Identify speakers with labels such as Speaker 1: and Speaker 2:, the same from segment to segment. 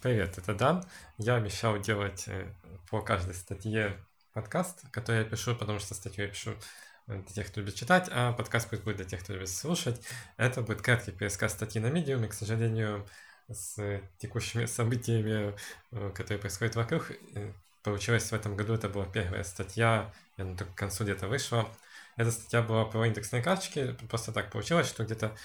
Speaker 1: Привет, это Дан. Я обещал делать по каждой статье подкаст, который я пишу, потому что статью я пишу для тех, кто любит читать, а подкаст пусть будет для тех, кто любит слушать. Это будет краткий пересказ статьи на Medium, и, к сожалению, с текущими событиями, которые происходят вокруг, получилось в этом году, это была первая статья, и она только к концу где-то вышла. Эта статья была про индексные карточки, просто так получилось, что где-то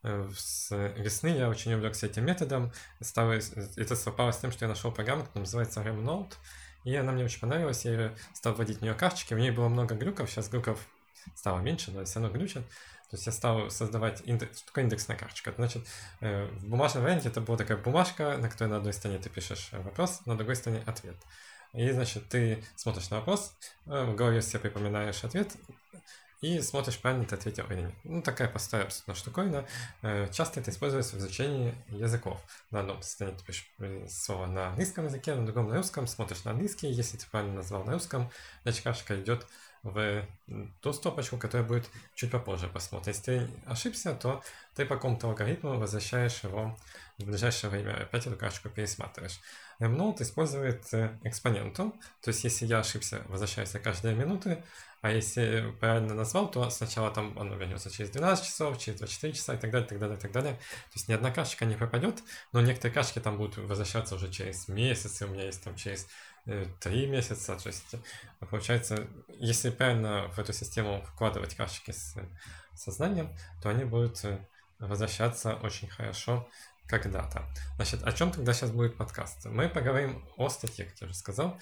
Speaker 1: с весны я очень увлекся этим методом. Это совпало с тем, что я нашел программу, которая называется Remnode, и она мне очень понравилась, я ее стал вводить в нее карточки, в ней было много глюков, сейчас глюков стало меньше, но все равно глючат. То есть я стал создавать что такое индексная карточка. Это значит, в бумажном варианте это была такая бумажка, на которой на одной стороне ты пишешь вопрос, на другой стороне ответ. И, значит, ты смотришь на вопрос, в голове себе припоминаешь ответ, и смотришь, правильно ты ответил или нет. Ну, такая простая абсолютно штуковина. Часто это используется в изучении языков. На одном состоянии ты пишешь слово на английском языке, на другом на русском, смотришь на английский, если ты правильно назвал на русском, значит, карточка идет в ту стопочку, которая будет чуть попозже посмотреть. Если ты ошибся, то ты по какому-то алгоритму возвращаешь его в ближайшее время, опять эту карточку пересматриваешь. Remnode использует экспоненту, то есть если я ошибся, возвращается каждые минуты, а если правильно назвал, то сначала там оно вернется через 12 часов, через 24 часа и так далее, так далее, так далее. То есть ни одна карточка не пропадет, но некоторые карточки там будут возвращаться уже через месяц, и у меня есть там через 3 месяца. То есть получается, если правильно в эту систему вкладывать карточки с сознанием, то они будут возвращаться очень хорошо когда-то. Значит, о чем тогда сейчас будет подкаст? Мы поговорим о статье, как я уже сказал,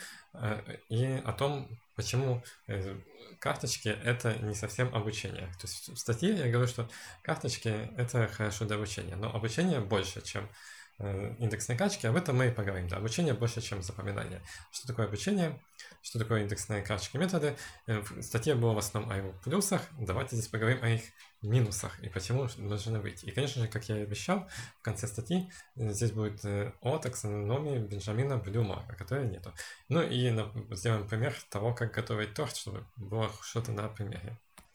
Speaker 1: и о том, почему карточки — это не совсем обучение. То есть в статье я говорю, что карточки — это хорошо для обучения, но обучение больше, чем индексные карточки, об этом мы и поговорим. Да, обучение больше, чем запоминание. Что такое обучение? Что такое индексные карточки, методы? В статье было в основном о его плюсах. Давайте здесь поговорим о их минусах и почему должны быть. И, конечно же, как я и обещал, в конце статьи здесь будет о таксономии Бенджамина Блюма, которой нету. Ну и сделаем пример того, как готовить торт, чтобы было что-то на примере.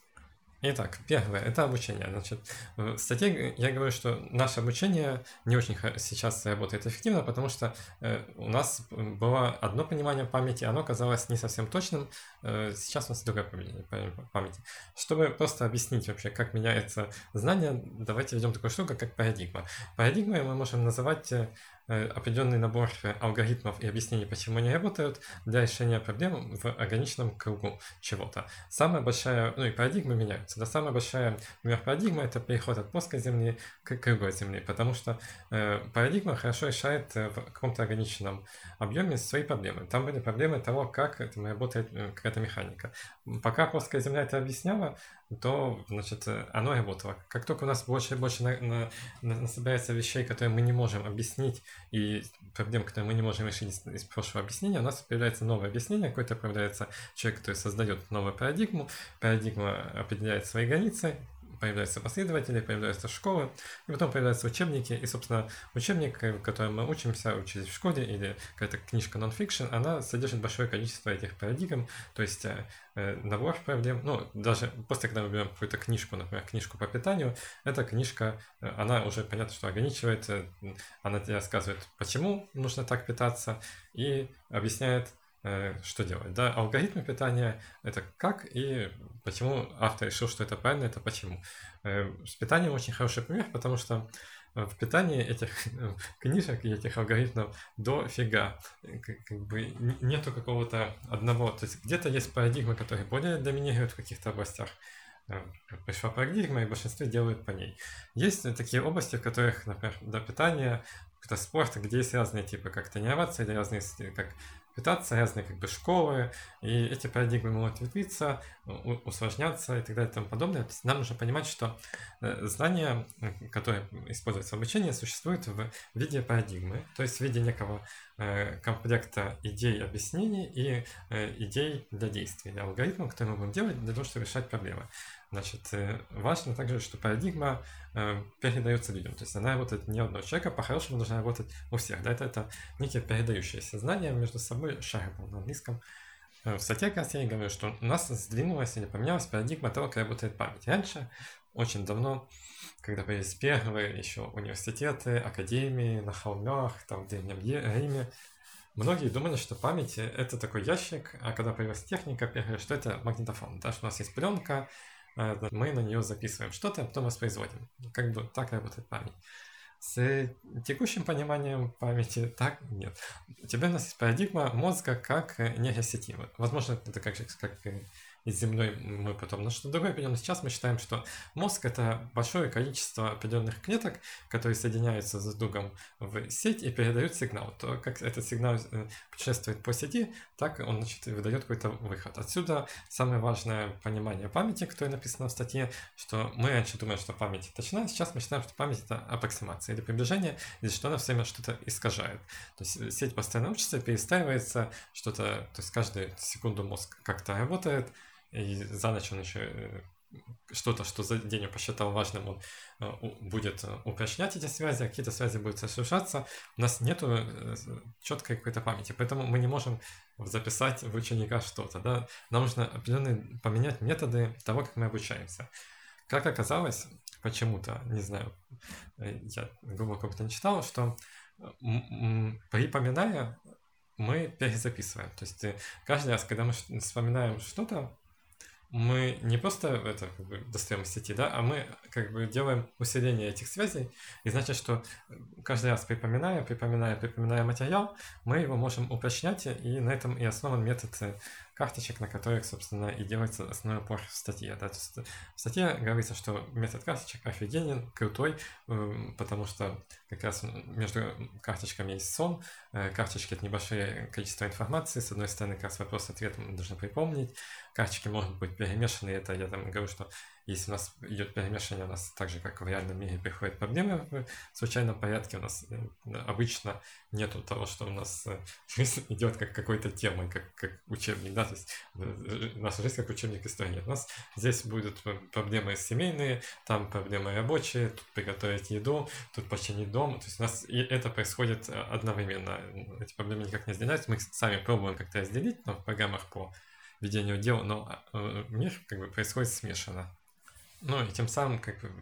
Speaker 1: Итак, первое – это обучение. Значит, в статье я говорю, что наше обучение не очень сейчас работает эффективно, потому что у нас было одно понимание памяти, оно казалось не совсем точным. Сейчас у нас другое понимание памяти. Чтобы просто объяснить вообще, как меняется знание, давайте введем такую штуку, как парадигма. Парадигмой мы можем называть определенный набор алгоритмов и объяснений, почему они работают, для решения проблем в ограниченном кругу чего-то. Самая большая, ну и парадигмы меняются, да, самая большая, например, парадигма — это переход от плоской Земли к круглой Земли, потому что парадигма хорошо решает в каком-то ограниченном объеме свои проблемы. Там были проблемы того, как это работает какая-то механика. Пока плоская Земля это объясняла, то, значит, оно работало. Как только у нас больше и больше насобирается вещей, которые мы не можем объяснить, и проблем, которые мы не можем решить из прошлого объяснения, у нас появляется новое объяснение, какой-то появляется человек, который создает новую парадигму, парадигма определяет свои границы, появляются последователи, появляются школы, и потом появляются учебники, и, собственно, учебник, в котором мы учились в школе, или какая-то книжка non-fiction, она содержит большое количество этих парадигм, то есть набор проблем, ну, даже после, когда мы берем какую-то книжку, например, книжку по питанию, эта книжка, она уже понятно, что ограничивает, она тебе рассказывает, почему нужно так питаться, и объясняет, что делать. Да, алгоритмы питания — это как и почему автор решил, что это правильно, это почему. С питанием очень хороший пример, потому что в питании этих книжек и этих алгоритмов дофига. Как бы нету какого-то одного. То есть где-то есть парадигмы, которые более доминируют в каких-то областях. Пришла парадигма, и в большинстве делают по ней. Есть такие области, в которых, например, до питания, это спорт, где есть разные типы как тренироваться, или разные как питаться, разные как бы школы, и эти парадигмы могут ветвиться, усложняться и так далее и тому подобное. То есть нам нужно понимать, что знания, которые используются в обучении, существуют в виде парадигмы, то есть в виде некого комплекта идей, объяснений и идей для действий, для алгоритмов, которые мы будем делать для того, чтобы решать проблемы. Значит, важно также, что парадигма передается людям, то есть она работает не у одного человека, по-хорошему должна работать у всех. Да? Это некие передающиеся знания между собой, shareable на английском. в статье как раз я и говорю, что у нас сдвинулась или поменялась парадигма того, как работает память. Раньше, очень давно, когда появились первые еще университеты, академии на холмах, там в Древнем Риме, многие думали, что память это такой ящик, а когда появилась техника, первое, что это магнитофон, да, что у нас есть пленка, мы на нее записываем что-то, а потом воспроизводим. Как бы так работает память. С текущим пониманием памяти так нет. У тебя у нас есть парадигма мозга как нейросети. Возможно, это как и с Землей мы потом на что-то другое пойдем. Но сейчас мы считаем, что мозг это большое количество определенных клеток, которые соединяются с другом в сеть и передают сигнал. То, как этот сигнал путешествует по сети, так он, значит, выдает какой-то выход. Отсюда самое важное понимание памяти, которое написано в статье, что мы раньше думали, что память точна, сейчас мы считаем, что память это аппроксимация или приближение, или что она все время что-то искажает. То есть сеть постоянно учится, перестраивается, что-то, то есть каждую секунду мозг как-то работает, и за ночь он еще что-то, что за день он посчитал важным, он будет упрочнять эти связи, а какие-то связи будут разрушаться. У нас нет четкой какой-то памяти, поэтому мы не можем записать в ученика что-то. Да? Нам нужно определенные поменять методы того, как мы обучаемся. Как оказалось, почему-то, не знаю, я глубоко об этом не читал, что припоминая, мы перезаписываем. То есть каждый раз, когда мы вспоминаем что-то, мы не просто это как бы достаем из сети, да, а мы как бы делаем усиление этих связей, и значит, что каждый раз припоминая материал, мы его можем упрочнять, и на этом и основан метод карточек, на которых, собственно, и делается основной упор в статье. Да. То есть в статье говорится, что метод карточек офигенен, крутой, потому что как раз между карточками есть сон, карточки — это небольшое количество информации, с одной стороны, как раз вопрос-ответ мы должны припомнить, карточки могут быть перемешаны, это я там говорю, что если у нас идет перемешивание, у нас так же, как в реальном мире, приходят проблемы в случайном порядке. У нас обычно нету того, что у нас жизнь идет как какой-то темой, как учебник, да, то есть наша жизнь как учебник истории нет. У нас здесь будут проблемы семейные, там проблемы рабочие, тут приготовить еду, тут починить дом, то есть у нас и это происходит одновременно. Эти проблемы никак не разделяются, мы сами пробуем как-то разделить, но в программах по ведению дел, но мир как бы происходит смешанно. Ну и тем самым как бы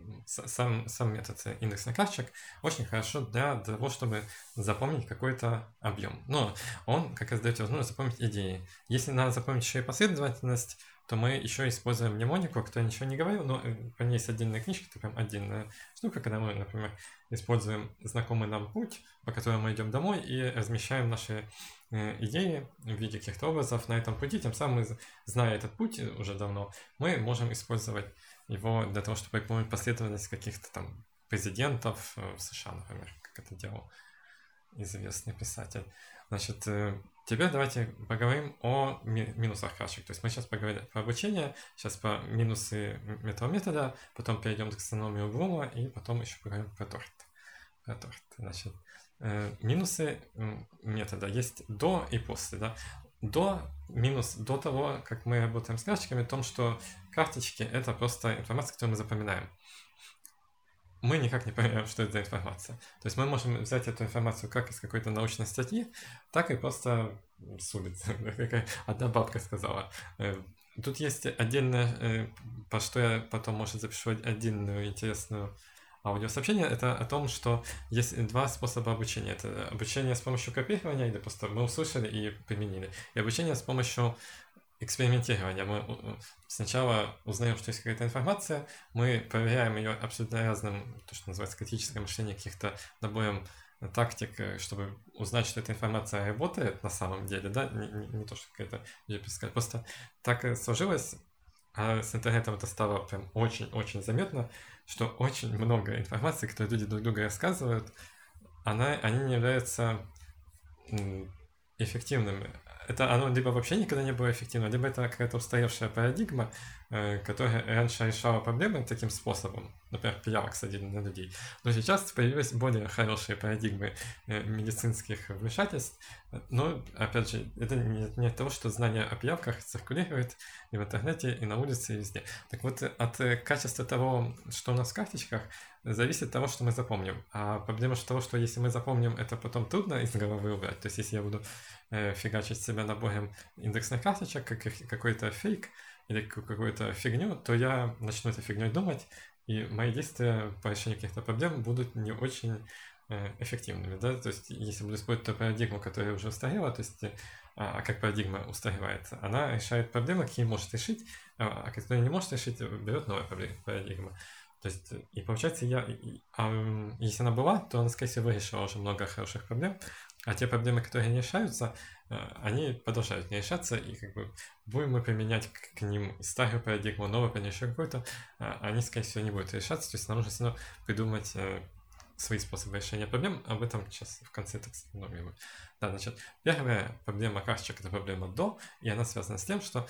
Speaker 1: сам метод индексных карточек очень хорошо для того, чтобы запомнить какой-то объем. Но он как раз дает возможность запомнить идеи. Если надо запомнить еще и последовательность, то мы еще используем мнемонику, о которой я ничего не говорил, но по ней есть отдельная книжка, это прям отдельная штука, когда мы, например, используем знакомый нам путь, по которому мы идем домой, и размещаем наши идеи в виде каких-то образов на этом пути, тем самым, зная этот путь уже давно, мы можем использовать его для того, чтобы помнить последовательность каких-то там президентов в США, например, как это делал известный писатель. Значит, теперь давайте поговорим о минусах карточек. То есть мы сейчас поговорили про обучение, сейчас про минусы этого метода, потом перейдем к таксономии Блума и потом еще поговорим про торт. Значит, минусы метода есть до и после. Да? Минус до того, как мы работаем с карточками, в том, что карточки — это просто информация, которую мы запоминаем. Мы никак не понимаем, что это за информация. То есть мы можем взять эту информацию как из какой-то научной статьи, так и просто с улицы. Одна бабка сказала. Тут есть отдельно, по что я потом, может, запишу отдельную интересную аудиосообщение. Это о том, что есть два способа обучения. Это обучение с помощью копирования, или просто мы услышали и применили. И обучение с помощью экспериментирования. Мы сначала узнаем, что есть какая-то информация, мы проверяем ее абсолютно разным, то, что называется критическое мышление, каких-то набором тактик, чтобы узнать, что эта информация работает на самом деле, да, не то, что какая-то пересказ. Просто так сложилось, а с интернетом это стало прям очень-очень заметно, что очень много информации, которую люди друг другу рассказывают, они не являются эффективными. Это оно либо вообще никогда не было эффективно, либо это какая-то устаревшая парадигма, которая раньше решала проблемы таким способом, например, пиявок садили на людей, но сейчас появились более хорошие парадигмы медицинских вмешательств, но, опять же, это не от того, что знание о пиявках циркулирует и в интернете, и на улице, и везде. Так вот, от качества того, что у нас в карточках, зависит от того, что мы запомним. А проблема же того, что если мы запомним, это потом трудно из головы убрать. То есть, если я буду фигачить себя набором индексных карточек, как какой-то фейк или какую-то фигню, то я начну этой фигней думать, и мои действия по решению каких-то проблем будут не очень эффективными. Да? То есть, если буду использовать ту парадигму, которая уже устарела, то есть, как парадигма устаревает, она решает проблемы, какие может решить, а которые не может решить, берет новая парадигма. То есть, и получается, если она была, то она, скорее всего, решила уже много хороших проблем, а те проблемы, которые не решаются, они продолжают не решаться, и как бы будем мы применять к ним старую парадигму, новую, понятно, еще какую-то, они, скорее всего, не будут решаться, то есть нам нужно все равно придумать свои способы решения проблем, об этом сейчас в конце текста много. Да, значит, первая проблема карточек — это проблема до, и она связана с тем, что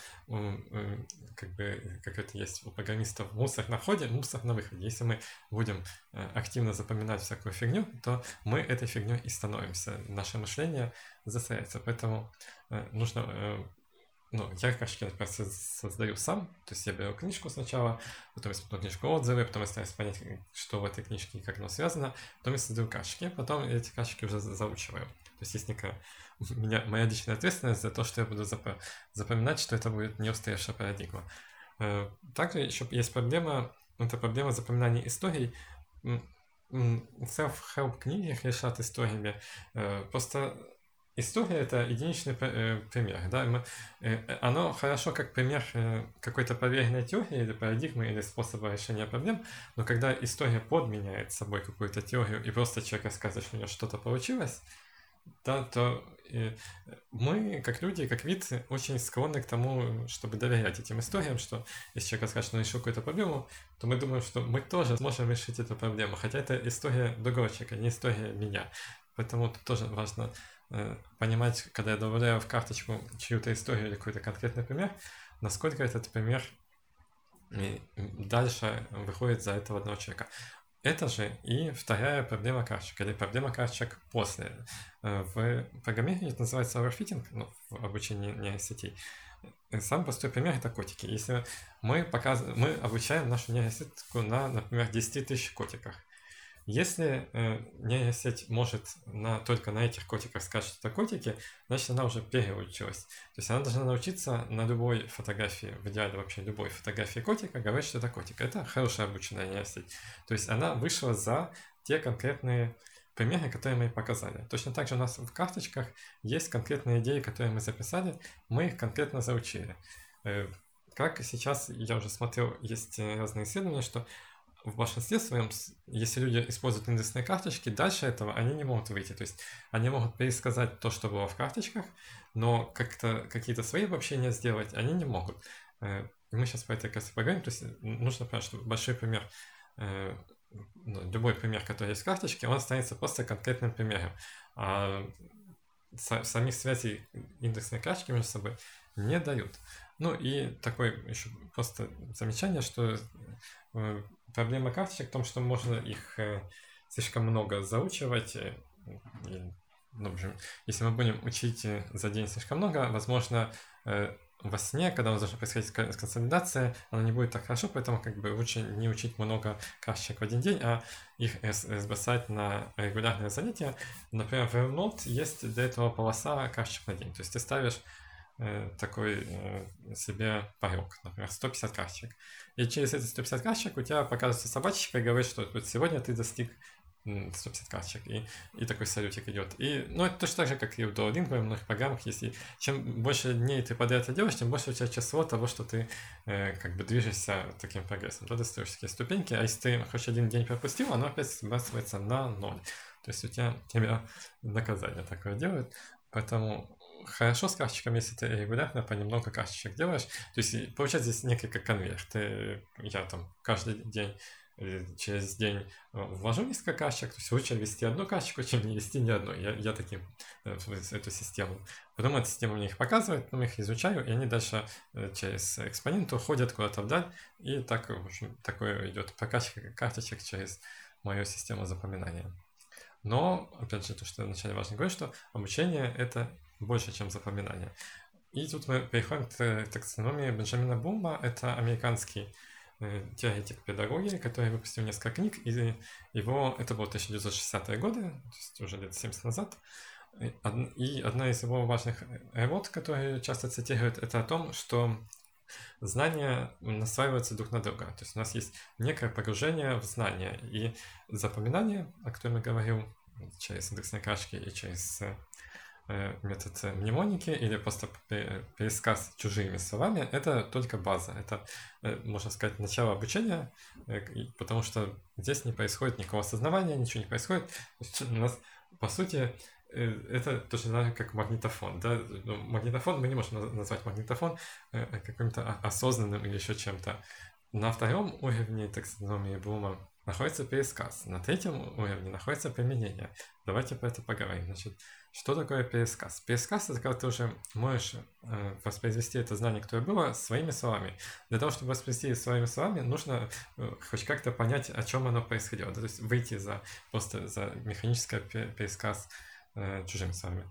Speaker 1: как это есть у программистов, мусор на входе, мусор на выходе. Если мы будем активно запоминать всякую фигню, то мы этой фигней и становимся. Наше мышление засоряется, поэтому нужно... я карточки, например, создаю сам, то есть я беру книжку сначала, потом я смотрю книжку отзывы, потом я стараюсь понять, что в этой книжке и как оно связано, потом я создаю карточки, потом эти карточки уже заучиваю. То есть есть некая моя личная ответственность за то, что я буду запоминать, что это будет не устаревшая парадигма. Также еще есть проблема, это проблема запоминания историй. В self-help книгах решат историями, просто история — это единичный пример. Да? Оно хорошо как пример какой-то проверенной теории или парадигмы или способа решения проблем, но когда история подменяет собой какую-то теорию и просто человек рассказывает, что у него что-то получилось, да, то мы, как люди, как вид, очень склонны к тому, чтобы доверять этим историям, что если человек расскажет, что он решил какую-то проблему, то мы думаем, что мы тоже сможем решить эту проблему, хотя это история другого человека, не история меня. Поэтому тут тоже важно понимать, когда я добавляю в карточку чью-то историю или какой-то конкретный пример, насколько этот пример дальше выходит за этого одного человека. Это же и вторая проблема карточек, или проблема карточек после. В программировании это называется overfitting, в обучении нейросетей. Самый простой пример — это котики. Если мы обучаем нашу нейросетку на, например, 10 тысяч котиках. Если нейросеть может только на этих котиках сказать, что это котики, значит, она уже переучилась. То есть она должна научиться на любой фотографии, в идеале вообще любой фотографии котика, говорить, что это котик. Это хорошая обученная нейросеть. То есть она вышла за те конкретные примеры, которые мы показали. Точно так же у нас в карточках есть конкретные идеи, которые мы записали, мы их конкретно заучили. Как сейчас, я уже смотрел, есть разные исследования, что в большинстве своем, если люди используют индексные карточки, дальше этого они не могут выйти. То есть они могут пересказать то, что было в карточках, но как-то какие-то свои обобщения сделать они не могут. И мы сейчас по этой как раз поговорим. То есть нужно понять, что большой пример, любой пример, который есть в карточке, он становится просто конкретным примером. А самих связей индексные карточки между собой не дают. И такое еще просто замечание, что проблема карточек в том, что можно их слишком много заучивать. В общем, если мы будем учить за день слишком много, возможно, во сне, когда у нас должна происходить консолидация, она не будет так хорошо, поэтому лучше не учить много карточек в один день, а их разбросать на регулярные занятия. Например, в Evernote есть для этого полоса карточек на день. То есть ты ставишь такой себе порог, например, 150 карточек. И через эти 150 карточек у тебя показывается собачечка и говорит, что сегодня ты достиг 150 карточек, и такой салютик идет. Это точно так же, как и в Duolingo, в многих программах, если чем больше дней ты подряд это делаешь, тем больше у тебя число того, что ты движешься таким прогрессом. Ты строишь такие ступеньки, а если ты хоть один день пропустил, оно опять сбрасывается на 0. То есть у тебя наказание такое делают, поэтому хорошо с карточками, если ты регулярно понемногу карточек делаешь. То есть получается здесь некий как конверт. Я каждый день через день ввожу несколько карточек, то есть лучше ввести одну карточку, чем не ввести ни одну. Я таким в эту систему. Потом эта система мне их показывает, потом я их изучаю, и они дальше через экспоненту ходят куда-то вдаль, и так, в общем, такое идет прокачка карточек через мою систему запоминания. Но, опять же, то, что вначале важно говорить, что обучение – это больше, чем запоминание. И тут мы переходим к таксономии Бенджамина Блума. Это американский теоретик педагогии, который выпустил несколько книг. И это было 1960-е годы, то есть уже лет 70 назад. И одна из его важных работ, которые часто цитируют, это о том, что знания наслаиваются друг на друга. То есть у нас есть некое погружение в знания. И запоминание, о котором я говорил, через индексные кашки и через метод мнемоники или просто пересказ чужими словами, это только база. Это, можно сказать, начало обучения, потому что здесь не происходит никакого осознавания, ничего не происходит. То есть у нас, по сути, это точно так же, как магнитофон. Да? Ну, магнитофон мы не можем назвать магнитофон каким-то осознанным или еще чем-то. На втором уровне таксономии Блума находится пересказ. На третьем уровне находится применение. Давайте про это поговорим. Значит, что такое пересказ? Пересказ – это когда ты уже можешь воспроизвести это знание, которое было, своими словами. Для того, чтобы воспроизвести своими словами, нужно хоть как-то понять, о чем оно происходило. Да? То есть выйти просто за механический пересказ чужими словами.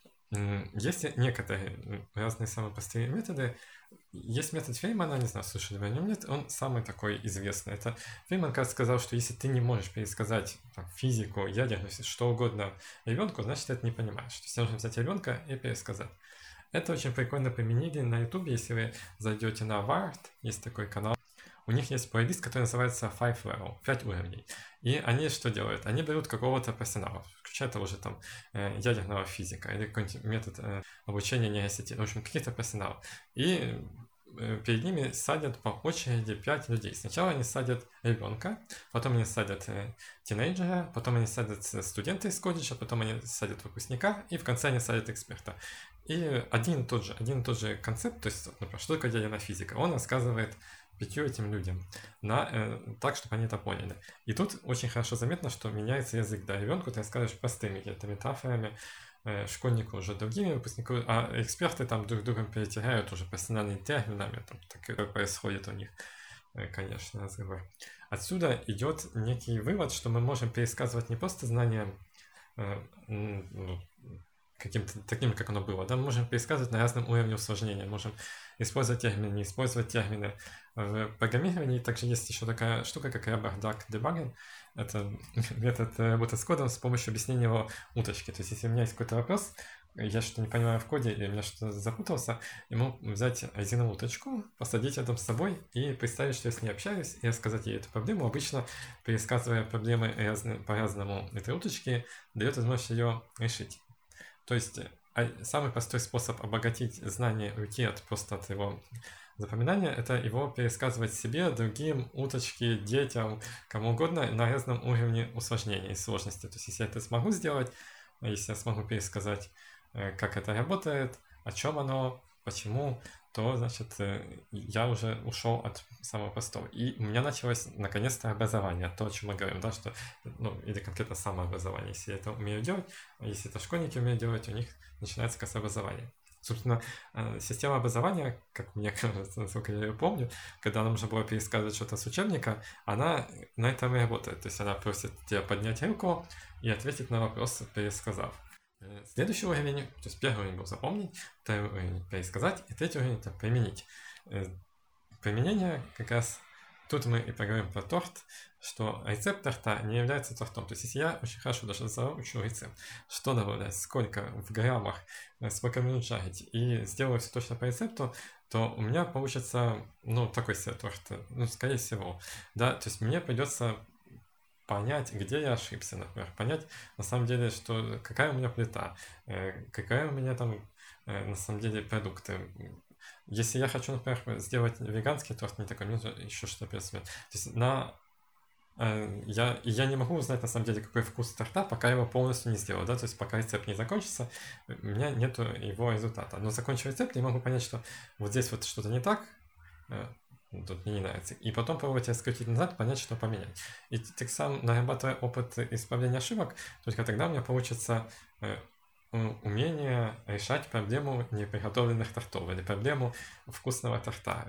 Speaker 1: Есть некоторые разные самые простые методы. Есть метод Феймана, не знаю, слышали вы о нем, нет, он самый такой известный. Это Фейман, кажется, сказал, что если ты не можешь пересказать физику, ядерность, что угодно ребенку, значит, ты это не понимаешь. То есть нужно взять ребенка и пересказать. Это очень прикольно применили на YouTube, если вы зайдете на Wired, есть такой канал. У них есть плейлист, который называется 5 Level, 5 уровней. И они что делают? Они берут какого-то профессионала, включая того же там ядерного физика или какой-нибудь метод обучения нейросети, в общем, каких-то профессионалов. И перед ними садят по очереди 5 людей. Сначала они садят ребенка, потом они садят тинейджера, потом они садят студента из колледжа, потом они садят выпускника, и в конце они садят эксперта. И один и тот же концепт, то есть, например, что такое ядерная физика, он рассказывает 5 этим людям, так, чтобы они это поняли. И тут очень хорошо заметно, что меняется язык. Да, ребенку ты рассказываешь простыми какими-то метафорами, школьнику уже другими, выпускнику, а эксперты там друг другом перетирают уже профессиональными терминами, там такое происходит у них, конечно, разговор. Отсюда идет некий вывод, что мы можем пересказывать не просто знания каким-то таким, как оно было, да, мы можем пересказывать на разном уровне усложнения, можем использовать термины, не использовать термины. В программировании также есть еще такая штука, как Rubber Duck Debugging. Это метод работы с кодом с помощью объяснения его уточки. То есть, если у меня есть какой-то вопрос, я что-то не понимаю в коде, или у меня что-то запутался, ему взять резиновую уточку, посадить рядом с собой и представить, что я с ней общаюсь, и рассказать ей эту проблему. Обычно, пересказывая проблемы по-разному этой уточки, дает возможность ее решить. То есть, самый простой способ обогатить знание, уйти просто от его запоминания, это его пересказывать себе, другим, уточке, детям, кому угодно на разном уровне усложнения и сложности. То есть, если я это смогу сделать, если я смогу пересказать, как это работает, о чем оно, почему, то, значит, я уже ушел от самого простого. И у меня началось, наконец-то, образование, то, о чем мы говорим, да, что, или конкретно самообразование. Если я это умею делать, если это школьники умеют делать, у них начинается как раз образование. Собственно, система образования, как мне кажется, насколько я ее помню, когда нам нужно было пересказывать что-то с учебника, она на этом и работает. То есть она просит тебя поднять руку и ответить на вопрос, пересказав. Следующий уровень, то есть первый уровень был запомнить, второй уровень пересказать, и третий уровень это применить. Применение как раз тут мы и поговорим про торт, что рецепт торта не является тортом. То есть если я очень хорошо даже заучу рецепт, что добавлять, сколько в граммах, сколько минут жарить, и сделаю все точно по рецепту, то у меня получится, такой себе торт, скорее всего, да, то есть мне придется понять, где я ошибся, например, понять, на самом деле, что какая у меня плита, какая у меня там, на самом деле, продукты. Если я хочу, например, сделать веганский торт, не такой, мне нужно еще что-то присмотреть. То есть я не могу узнать, на самом деле, какой вкус торта, пока я его полностью не сделаю, да, то есть пока рецепт не закончится, у меня нету его результата. Но закончив рецепт, я могу понять, что вот здесь вот что-то не так, тут мне не нравится. И потом пробовать раскрутить назад, понять, что поменять. И так сам нарабатывая опыт исправления ошибок, только тогда у меня получится умение решать проблему неприготовленных тортов или проблему вкусного торта.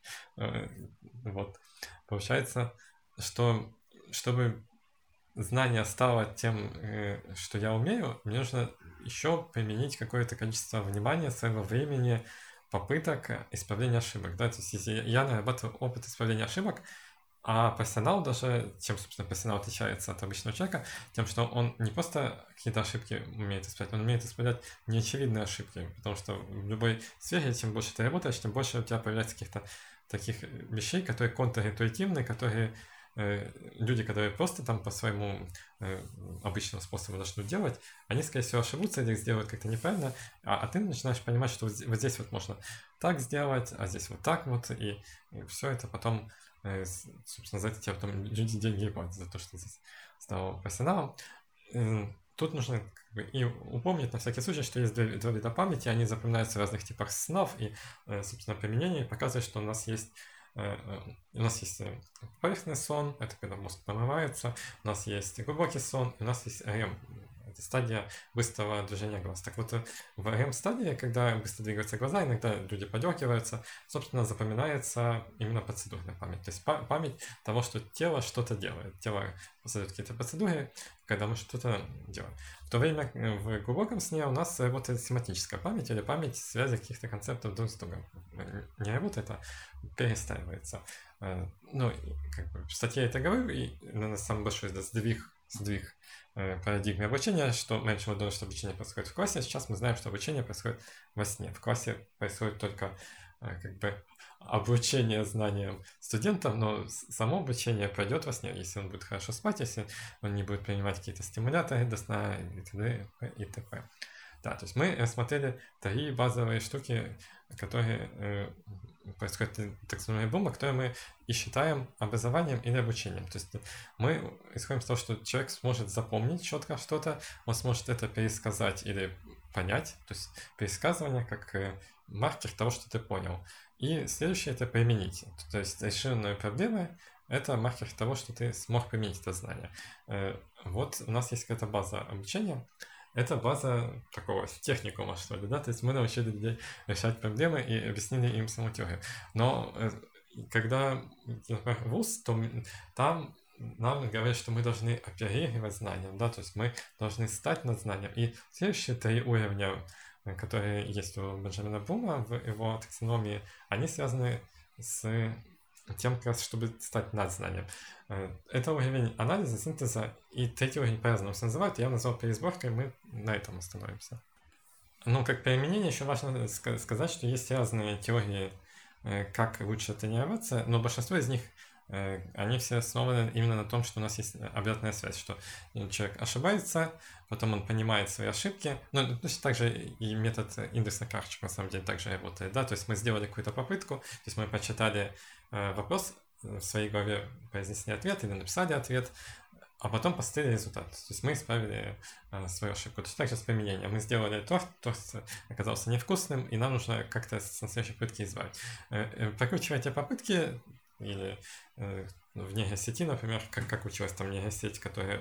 Speaker 1: Вот. Получается, что чтобы знание стало тем, что я умею, мне нужно еще применить какое-то количество внимания, своего времени, попыток исправления ошибок. Да? То есть если я нарабатываю опыт исправления ошибок, а профессионал даже, чем, собственно, профессионал отличается от обычного человека, тем, что он не просто какие-то ошибки умеет исправлять, он умеет исправлять неочевидные ошибки, потому что в любой сфере, чем больше ты работаешь, тем больше у тебя появляется каких-то таких вещей, которые контринтуитивны, которые люди, которые просто там по своему обычному способу начнут делать, они, скорее всего, ошибутся или их сделают как-то неправильно, а ты начинаешь понимать, что вот здесь вот можно так сделать, а здесь вот так вот, и все это потом, собственно, за это тебе потом люди деньги платят, за то, что ты здесь стал профессионалом. Тут нужно как бы и упомнить на всякий случай, что есть два вида памяти, они запоминаются в разных типах снов, и, собственно, применение показывает, что у нас есть поверхностный сон, это когда мозг промывается, у нас есть глубокий сон, и у нас есть REM, это стадия быстрого движения глаз. Так вот, в REM-стадии, когда быстро двигаются глаза, иногда люди подергиваются, собственно, запоминается именно процедурная память, то есть память того, что тело что-то делает. Тело создает какие-то процедуры, когда мы что-то делаем. В то время в глубоком сне у нас работает семантическая память или память связи каких-то концептов друг с другом. Не работает, а перестраивается. Ну, как бы в статье я это говорю, и, наверное, самый большой сдвиг парадигмы обучения, что раньше мы думали, что обучение происходит в классе, а сейчас мы знаем, что обучение происходит во сне. В классе происходит только как бы обучение знаниям студентам, но само обучение пройдет во сне, если он будет хорошо спать, если он не будет принимать какие-то стимуляторы до сна и т.д. и т.п. Да, то есть мы рассмотрели 3 базовые штуки, которые происходят так называемая бомба, которую мы и считаем образованием или обучением. То есть мы исходим из того, что человек сможет запомнить четко что-то, он сможет это пересказать или понять, то есть пересказывание как маркер того, что ты понял. И следующее это применить. То есть решенные проблемы это маркер того, что ты смог применить это знание. Вот у нас есть какая-то база обучения. Это база такого техникума, что ли, да? То есть мы научили людей решать проблемы и объяснили им саму теорию. Но когда, например, вуз, то там нам говорят, что мы должны оперировать знанием, да? То есть мы должны стать над знанием. И следующие 3 уровня, которые есть у Бенджамина Блума в его таксономии, они связаны с тем, как раз, чтобы стать над знанием. Это уровень анализа, синтеза, и 3-й уровень по-разному называют. Я назвал пересборкой, мы на этом остановимся. Ну, как применение, еще важно сказать, что есть разные теории, как лучше тренироваться, но большинство из них, они все основаны именно на том, что у нас есть обратная связь, что человек ошибается, потом он понимает свои ошибки. Ну, точно так же и метод индексных карточек на самом деле также работает, да, то есть мы сделали какую-то попытку, то есть мы прочитали вопрос, в своей голове произнесли ответ или написали ответ, а потом посмотрели результат. То есть мы исправили свою ошибку. То есть также с применением. Мы сделали торт оказался невкусным, и нам нужно как-то с следующей попытки избавить. Прокручивая эти попытки, или в нейросети, например, как училась там нейросеть, которая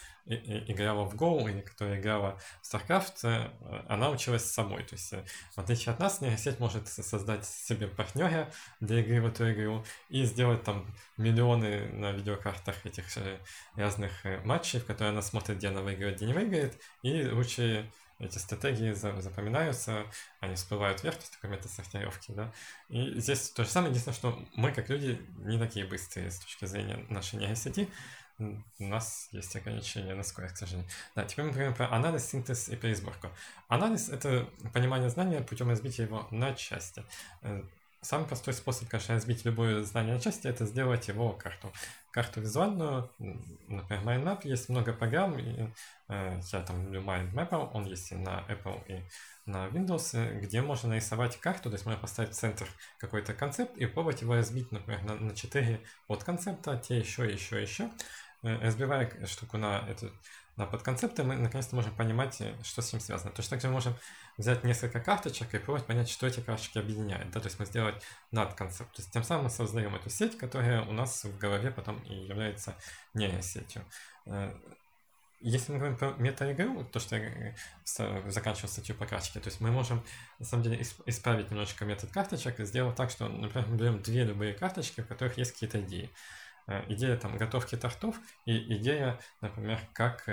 Speaker 1: играла в Go или которая играла в StarCraft, она училась самой. То есть, в отличие от нас, нейросеть может создать себе партнера для игры в эту игру и сделать там миллионы на видеокартах этих разных матчей, в которые она смотрит, где она выиграет, где не выиграет, и лучшие эти стратегии запоминаются, они всплывают вверх, то есть такой метод сортировки, да. И здесь то же самое, единственное, что мы, как люди, не такие быстрые с точки зрения нашей нейросети, у нас есть ограничения на скорость, к сожалению. Да, теперь мы говорим про анализ, синтез и пересборку. Анализ — это понимание знания путем разбития его на части. Самый простой способ, конечно, разбить любое знание на части — это сделать его карту визуальную. Например, MindMap, есть много программ, и я там люблю MindMap, он есть и на Apple, и на Windows, где можно нарисовать карту, то есть можно поставить в центр какой-то концепт и пробовать его разбить, например, на 4 подконцепта, те еще. Разбивая штуку на подконцепты, мы наконец-то можем понимать, что с ним связано. Точно так же мы можем взять несколько карточек и пробовать понять, что эти карточки объединяет. Да? То есть мы сделать надконцепт. То есть тем самым мы создаем эту сеть, которая у нас в голове потом и является нейросетью. если мы говорим про мета-игру, то, что я заканчивал статью по карточке, то есть мы можем, на самом деле, исправить немножечко метод карточек и сделать так, что, например, мы берем две любые карточки, в которых есть какие-то идеи. Идея там готовки тортов и идея, например, как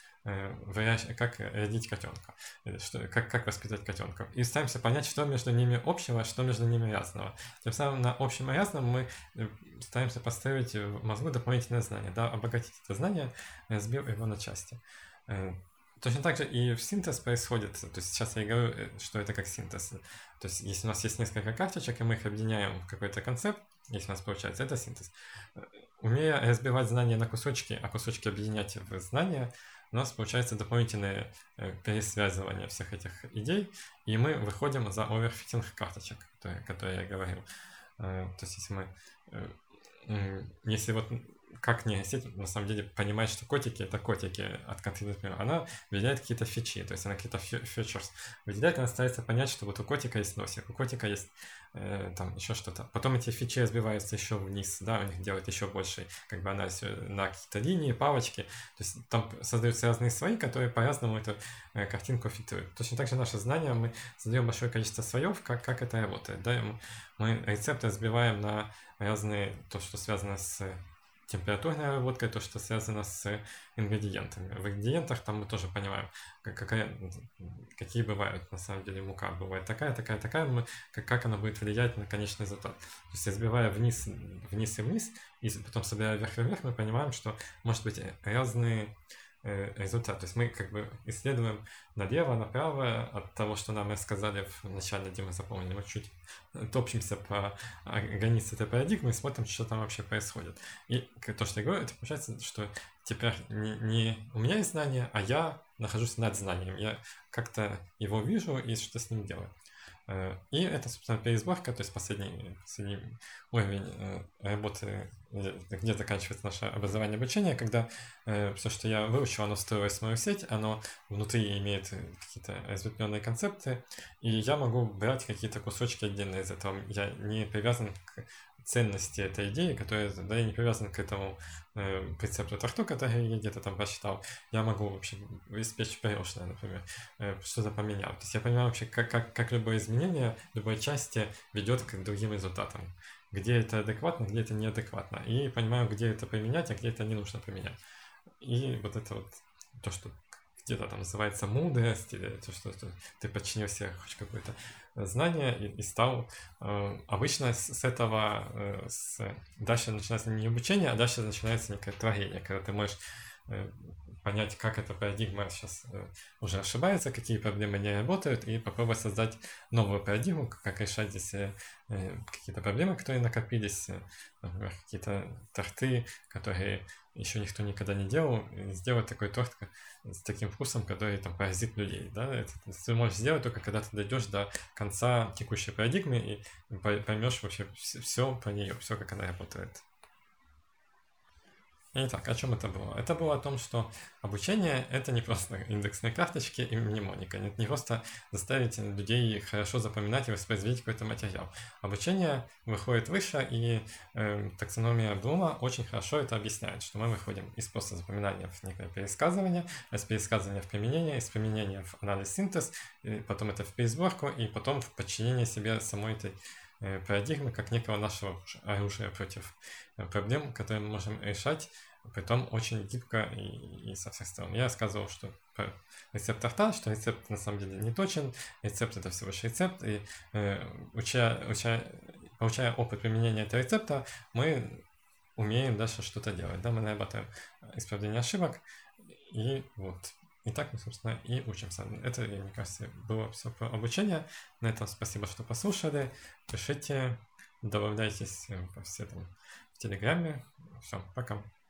Speaker 1: родить котенка, как воспитать котенка. И стараемся понять, что между ними общего, а что между ними разного. Тем самым на общем и разном мы стараемся построить в мозгу дополнительное знание, да, обогатить это знание, разбив его на части. Точно так же и в синтез происходит, то есть сейчас я говорю, что это как синтез. То есть если у нас есть несколько карточек, и мы их объединяем в какой-то концепт, если у нас получается, это синтез. Умея разбивать знания на кусочки, а кусочки объединять в знания, у нас получается дополнительное пересвязывание всех этих идей, и мы выходим за оверфитинг карточек, которые я говорил. То есть если вот как нейросеть на самом деле понимает, что котики это котики от конкретного примера, она выделяет какие-то фичи, то есть она какие-то features выделяет, она старается понять, что вот у котика есть носик, у котика есть там еще что-то. Потом эти фичи разбиваются еще вниз, да, у них делают еще больше как бы анализ на какие-то линии, палочки, то есть там создаются разные слои, которые по-разному эту картинку фильтруют. Точно так же наше знание, мы создаем большое количество слоев, как это работает, да, мы рецепты разбиваем на разные, то, что связано с температурной обработкой, то, что связано с ингредиентами. В ингредиентах там мы тоже понимаем, какие бывают, на самом деле, мука бывает такая, как она будет влиять на конечный результат. То есть, разбивая вниз и вниз, и потом собирая вверх и вверх, мы понимаем, что может быть разные результат. То есть мы как бы исследуем налево, направо от того, что нам рассказали в начале, где мы запомнили. Мы чуть топчемся по границе этой парадигмы и смотрим, что там вообще происходит. И то, что я говорю, это получается, что теперь не у меня есть знание, а я нахожусь над знанием. Я как-то его вижу и что с ним делаю. И это, собственно, пересборка, то есть последний уровень работы, где заканчивается наше образование обучение, когда все, что я выучил, оно встроилось в мою сеть, оно внутри имеет какие-то разветвленные концепты, и я могу брать какие-то кусочки отдельно из этого. Я не привязан к ценности этой идеи, которая, да, я не привязан к этому прецепту торту, который я где-то там прочитал. Я могу вообще испечь пирожное, например, что-то поменял. То есть я понимаю вообще, как любое изменение любой части ведет к другим результатам. Где это адекватно, где это неадекватно. И понимаю, где это применять, а где это не нужно применять. И вот это вот то, что где-то там называется мудрость, или то, что ты подчинил себе хоть какое-то знание и стал... Обычно с этого дальше начинается не обучение, а дальше начинается некое творение, когда ты можешь понять, как эта парадигма сейчас уже ошибается, какие проблемы не работают, и попробовать создать новую парадигму, как решать здесь какие-то проблемы, которые накопились, например, какие-то торты, которые еще никто никогда не делал, и сделать такой торт с таким вкусом, который там поразит людей. Да? Это ты можешь сделать только когда ты дойдешь до конца текущей парадигмы и поймешь вообще все про нее, все, как она работает. Итак, о чем это было? Это было о том, что обучение – это не просто индексные карточки и мнемоника, это не просто заставить людей хорошо запоминать и воспроизводить какой-то материал. Обучение выходит выше, и таксономия Блума очень хорошо это объясняет, что мы выходим из просто запоминания в некое пересказывание, из пересказывания в применение, из применения в анализ-синтез, потом это в пересборку, и потом в подчинение себе самой этой парадигмы как некого нашего оружия против проблем, которые мы можем решать, притом очень гибко и со всех сторон. Я рассказывал, что рецепт торта, что рецепт на самом деле не точен, рецепт это всего лишь рецепт, и получая опыт применения этого рецепта, мы умеем дальше что-то делать. Да? Мы нарабатываем исправление ошибок, и вот. И так мы, собственно, и учимся. Это, мне кажется, было все про обучение. На этом спасибо, что послушали. Пишите, добавляйтесь в Телеграме. Все, пока.